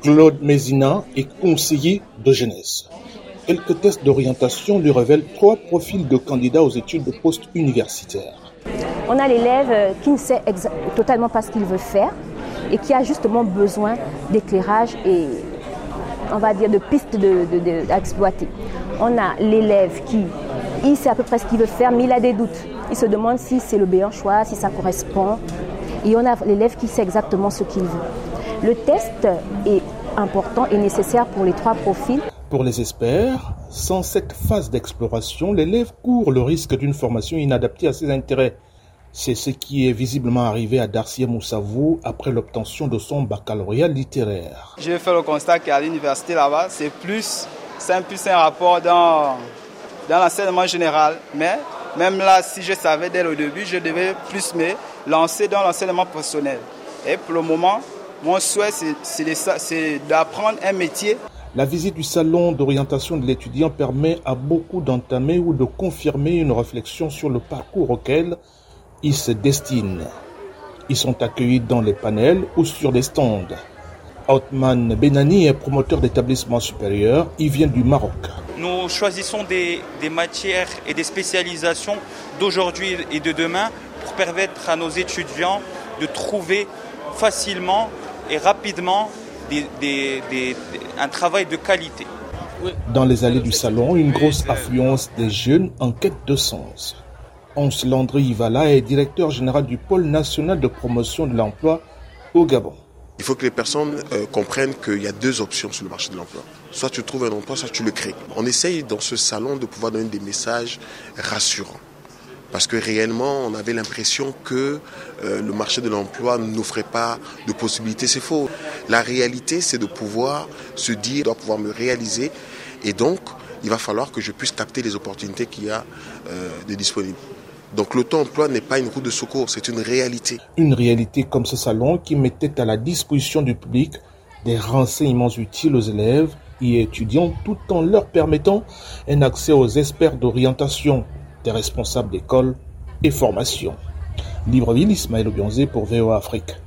Claude Mézina est conseiller de jeunesse. Quelques tests d'orientation lui révèlent 3 profils de candidats aux études post-universitaires. On a l'élève qui ne sait totalement pas ce qu'il veut faire et qui a justement besoin d'éclairage et, on va dire, de pistes à exploiter. On a l'élève il sait à peu près ce qu'il veut faire, mais il a des doutes. Il se demande si c'est le meilleur choix, si ça correspond. Et on a l'élève qui sait exactement ce qu'il veut. Le test est important et nécessaire pour les 3 profils. Pour les experts, sans cette phase d'exploration, l'élève court le risque d'une formation inadaptée à ses intérêts. C'est ce qui est visiblement arrivé à Darcia Moussavou après l'obtention de son baccalauréat littéraire. J'ai fait le constat qu'à l'université là-bas, c'est plus un rapport dans l'enseignement général. Mais même là, si je savais dès le début, je devais plus me lancer dans l'enseignement professionnel. Et pour le moment, mon souhait, c'est d'apprendre un métier. La visite du salon d'orientation de l'étudiant permet à beaucoup d'entamer ou de confirmer une réflexion sur le parcours auquel ils se destinent. Ils sont accueillis dans les panels ou sur des stands. Othman Benani est promoteur d'établissements supérieurs. Il vient du Maroc. Nous choisissons des matières et des spécialisations d'aujourd'hui et de demain pour permettre à nos étudiants de trouver facilement et rapidement un travail de qualité. Dans les allées du salon, une grosse affluence des jeunes en quête de sens. Hans Landry Ivala est directeur général du pôle national de promotion de l'emploi au Gabon. Il faut que les personnes comprennent qu'il y a 2 options sur le marché de l'emploi. Soit tu trouves un emploi, soit tu le crées. On essaye dans ce salon de pouvoir donner des messages rassurants. Parce que réellement, on avait l'impression que le marché de l'emploi n'offrait pas de possibilités. C'est faux. La réalité, c'est de pouvoir se dire, je dois pouvoir me réaliser. Et donc, il va falloir que je puisse capter les opportunités qu'il y a de disponibles. Donc l'auto-emploi n'est pas une route de secours, c'est une réalité. Une réalité comme ce salon qui mettait à la disposition du public des renseignements utiles aux élèves et étudiants tout en leur permettant un accès aux experts d'orientation, des responsables d'école et formation. Libreville, Ismaël Obionzé pour VOA Afrique.